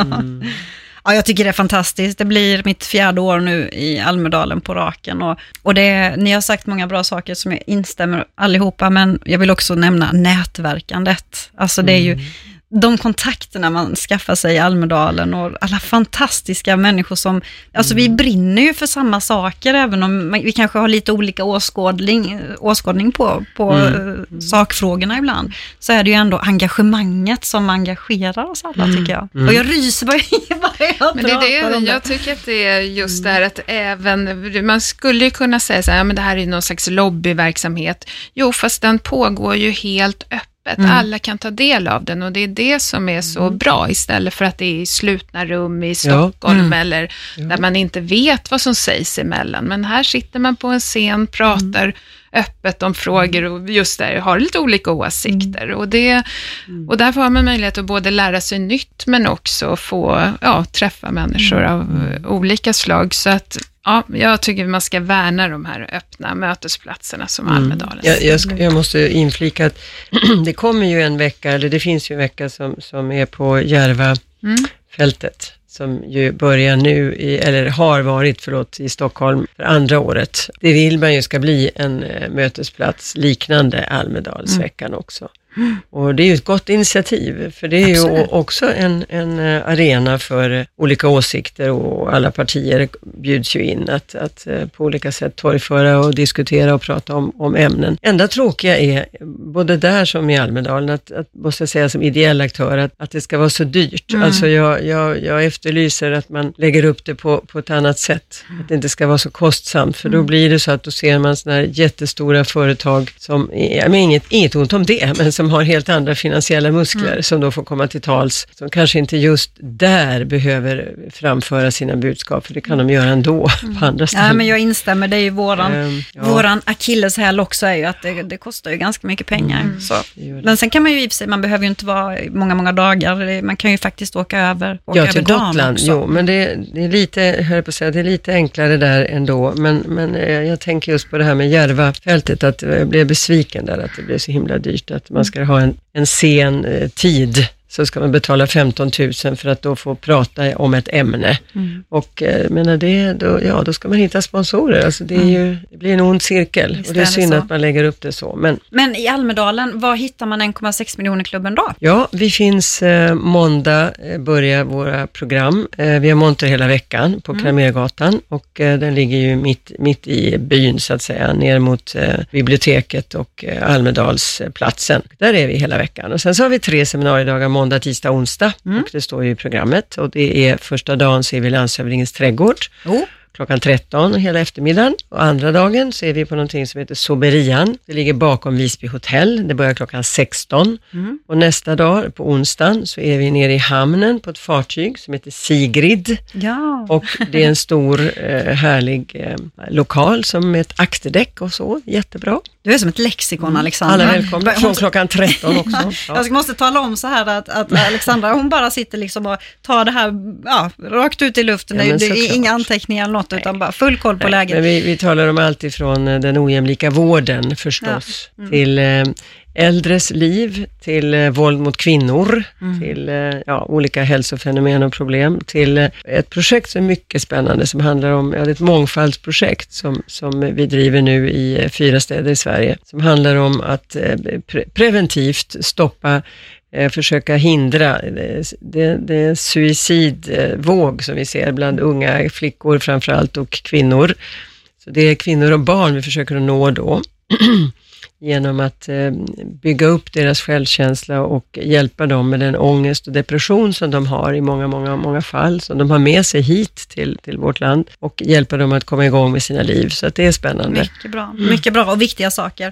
Ja, jag tycker det är fantastiskt. Det blir mitt 4:e år nu i Almedalen på raken. Och ni har sagt många bra saker som jag instämmer allihopa, men jag vill också nämna nätverkandet. Alltså det är ju de kontakterna man skaffar sig i Almedalen och alla fantastiska människor som, alltså vi brinner ju för samma saker, även om vi kanske har lite olika åskådning på sakfrågorna ibland, så är det ju ändå engagemanget som engagerar oss alla, tycker jag. Och jag ryser bara jag men det är det, jag tycker att det är just det här att även, man skulle ju kunna säga så här, ja, men det här är någon slags lobbyverksamhet. Jo, fast den pågår ju helt öppet. Alla kan ta del av den, och det är det som är så bra, istället för att det är i slutna rum i Stockholm eller där man inte vet vad som sägs emellan. Men här sitter man på en scen, pratar öppet om frågor och just där har lite olika åsikter. Och därför har man möjlighet att både lära sig nytt men också få träffa människor av olika slag. Så att jag tycker man ska värna de här öppna mötesplatserna som Almedalen. Jag måste inflika att det kommer ju en vecka, eller det finns ju en vecka som är på Järvafältet, som ju börjar nu, har varit i Stockholm för andra året. Det vill man ju ska bli en mötesplats liknande Almedalsveckan också. Och det är ju ett gott initiativ, för det är ju också en arena för olika åsikter, och alla partier bjuds ju in att på olika sätt torgföra och diskutera och prata om ämnen. Enda tråkiga är, både där som i Almedalen, att måste jag säga som ideell aktör, att det ska vara så dyrt. Alltså jag efterlyser att man lägger upp det på ett annat sätt. Att det inte ska vara så kostsamt, för då blir det så att då ser man sådana här jättestora företag som, inget ont om det, men som har helt andra finansiella muskler som då får komma till tals, som kanske inte just där behöver framföra sina budskap, för det kan de göra ändå på andra ställen. Ja, men jag instämmer, det är ju våran akilleshäl också, är ju att det kostar ju ganska mycket pengar. Så. Men sen kan man ju i och för sig, man behöver ju inte vara många dagar, man kan ju faktiskt åka över till Gotland också. Jo, men det är lite, höll på att säga, det är lite enklare där ändå, men jag tänker just på det här med Järvafältet, att jag blev besviken där, att det blev så himla dyrt, att man ska ha en sen tid, så ska man betala 15 000 för att då få prata om ett ämne. Och då ska man hitta sponsorer. Alltså det blir en ond cirkel. Visst, och det är synd att man lägger upp det så. Men i Almedalen, var hittar man 1,6 miljoner-klubben då? Ja, vi finns måndag, börjar våra program. Vi har monter hela veckan på Kramergatan, och den ligger ju mitt i byn, så att säga, ner mot biblioteket och Almedalsplatsen. Där är vi hela veckan. Och sen så har vi 3 seminariedagar, måndag, tisdag, onsdag, och det står ju i programmet, och det är första dagen så är vi Landshövdingens trädgård klockan 13 hela eftermiddagen, och andra dagen så är vi på någonting som heter Soberian, det ligger bakom Visby hotell, det börjar klockan 16, och nästa dag på onsdagen så är vi nere i hamnen på ett fartyg som heter Sigrid, och det är en stor härlig lokal som med ett akterdäck och så, jättebra. Du är som ett lexikon, Alexandra. Alla välkomna, från klockan 13 också. Jag måste tala om så här att Alexandra, hon bara sitter liksom och tar det här rakt ut i luften. Det är inga anteckningar eller något, utan bara full koll på läget. Men vi talar om allt ifrån den ojämlika vården förstås, till äldres liv, till våld mot kvinnor, till olika hälsofenomen och problem, till ett projekt som är mycket spännande, som handlar om, det är ett mångfaldsprojekt som vi driver nu i 4 städer i Sverige, som handlar om att preventivt stoppa, försöka hindra det suicidvåg som vi ser bland unga flickor framförallt, och kvinnor. Så det är kvinnor och barn vi försöker att nå då. genom att bygga upp deras självkänsla och hjälpa dem med den ångest och depression som de har i många fall, som de har med sig hit till vårt land, och hjälpa dem att komma igång med sina liv. Så att det är spännande. Mycket bra och viktiga saker.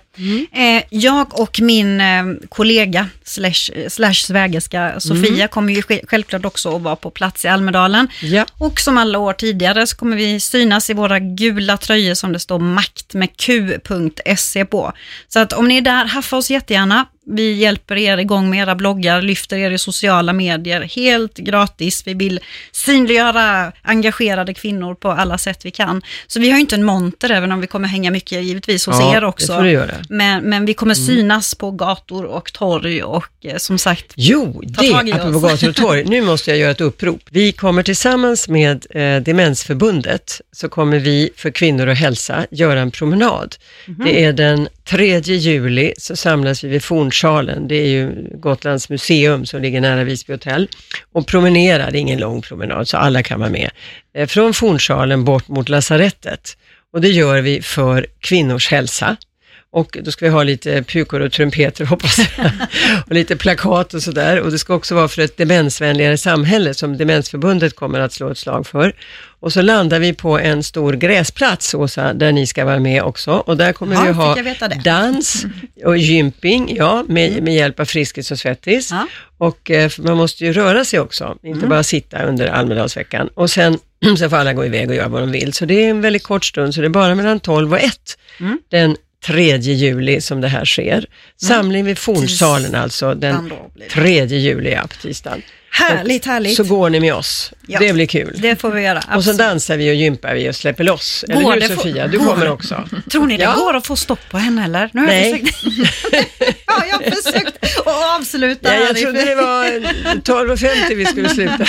Jag och min kollega slash svägerska Sofia kommer ju självklart också att vara på plats i Almedalen. Ja. Och som alla år tidigare så kommer vi synas i våra gula tröjor som det står makt med q.se på. Så att om ni är där, haffa oss jättegärna. Vi hjälper er igång med era bloggar, lyfter er i sociala medier helt gratis. Vi vill synliggöra engagerade kvinnor på alla sätt vi kan. Så vi har ju inte en monter, även om vi kommer hänga mycket givetvis hos er också. Det får du göra. Men vi kommer synas på gator och torg och som sagt... Apropå gator och torg, nu måste jag göra ett upprop. Vi kommer tillsammans med Demensförbundet, så kommer vi för kvinnor och hälsa göra en promenad. Det är den 3 juli, så samlas vi vid Fornsalen. Det är ju Gotlands museum som ligger nära Visby hotell. Och promenera, det är ingen lång promenad så alla kan vara med. Från Fornsalen bort mot lasarettet. Och det gör vi för kvinnors hälsa. Och då ska vi ha lite pukor och trumpeter, hoppas jag. Och lite plakat och sådär. Och det ska också vara för ett demensvänligare samhälle som Demensförbundet kommer att slå ett slag för. Och så landar vi på en stor gräsplats, Åsa, där ni ska vara med också. Och där kommer vi ha dans och gymping, med hjälp av Friskis och Svettis. Ja. Och man måste ju röra sig också, inte bara sitta under Almedalsveckan. Och sen får alla gå iväg och göra vad de vill. Så det är en väldigt kort stund, så det är bara mellan 12 och 1. Den 3 juli som det här sker. Samling vid Fornsalen alltså den 3 juli på tisdagen. Härligt. Så går ni med oss. Ja, det blir kul. Det får vi göra. Absolut. Och så dansar vi och gympar vi och släpper loss. Eller hur, Sofia? Du kommer också. Tror ni det går att få stopp på henne eller? Nu har jag jag har försökt att avsluta. Jag trodde det var 12:50 vi skulle sluta.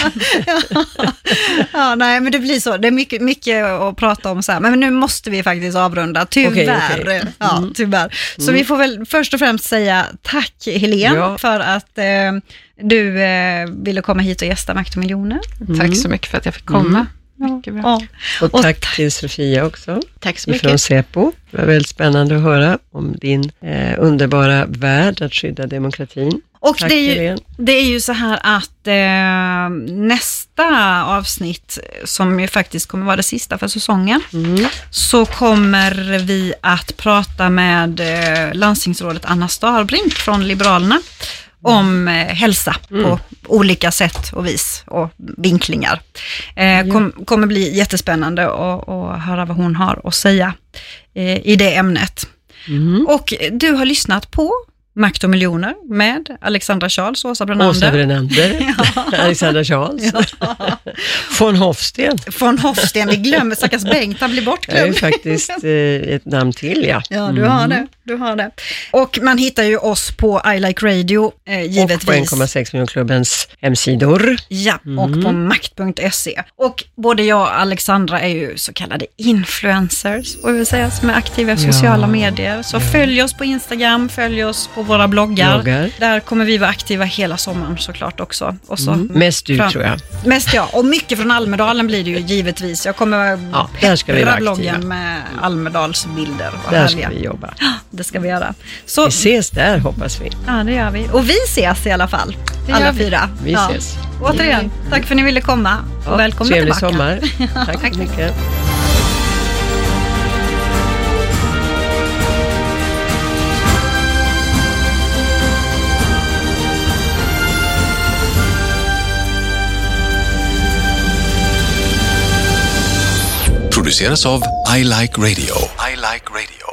Nej, men det blir så. Det är mycket att prata om så här. Men nu måste vi faktiskt avrunda. Tyvärr. Okay. Ja, tyvärr. Så vi får väl först och främst säga tack Helene för att du ville komma hit och gästa Makt och miljoner. Tack så mycket för att jag fick komma. Mycket bra. Och tack till Sofia också. Tack så mycket. Från Säpo. Det var väldigt spännande att höra om din underbara värld att skydda demokratin. Och det är ju så här att nästa avsnitt, som ju faktiskt kommer vara det sista för säsongen, så kommer vi att prata med landstingsrådet Anna Starbrink från Liberalerna om hälsa på olika sätt och vis och vinklingar. Kommer bli jättespännande att höra vad hon har att säga i det ämnet. Och du har lyssnat på Makt och miljoner med Alexandra Charles och Åsa Brönander. Alexandra Charles. Von Hofsten. Vi glömmer, stackars Bengt, han blir bortglömd. Det är faktiskt ett namn till, ja. Ja, du har det. Och man hittar ju oss på I Like Radio, givetvis. Och på 1,6 miljoner-klubbens hemsidor. Ja, och på makt.se. Och både jag och Alexandra är ju så kallade influencers, och vill säga, som är aktiva i sociala medier. Så följ oss på Instagram, följ oss på våra bloggar. Där kommer vi vara aktiva hela sommaren såklart också. Och så mest du, tror jag. Mest jag. Och mycket från Almedalen blir det ju givetvis. Jag kommer där ska vi vara bloggen med Almedalsbilder. Där ska vi jobba. Det ska vi göra. Så, vi ses där, hoppas vi. Ja, det gör vi. Och vi ses i alla fall. Alla fyra. Vi ses. Återigen, tack för att ni ville komma. Och välkomna tillbaka. Trevlig sommar. Tack så mycket. Produceras av I Like Radio. I Like Radio.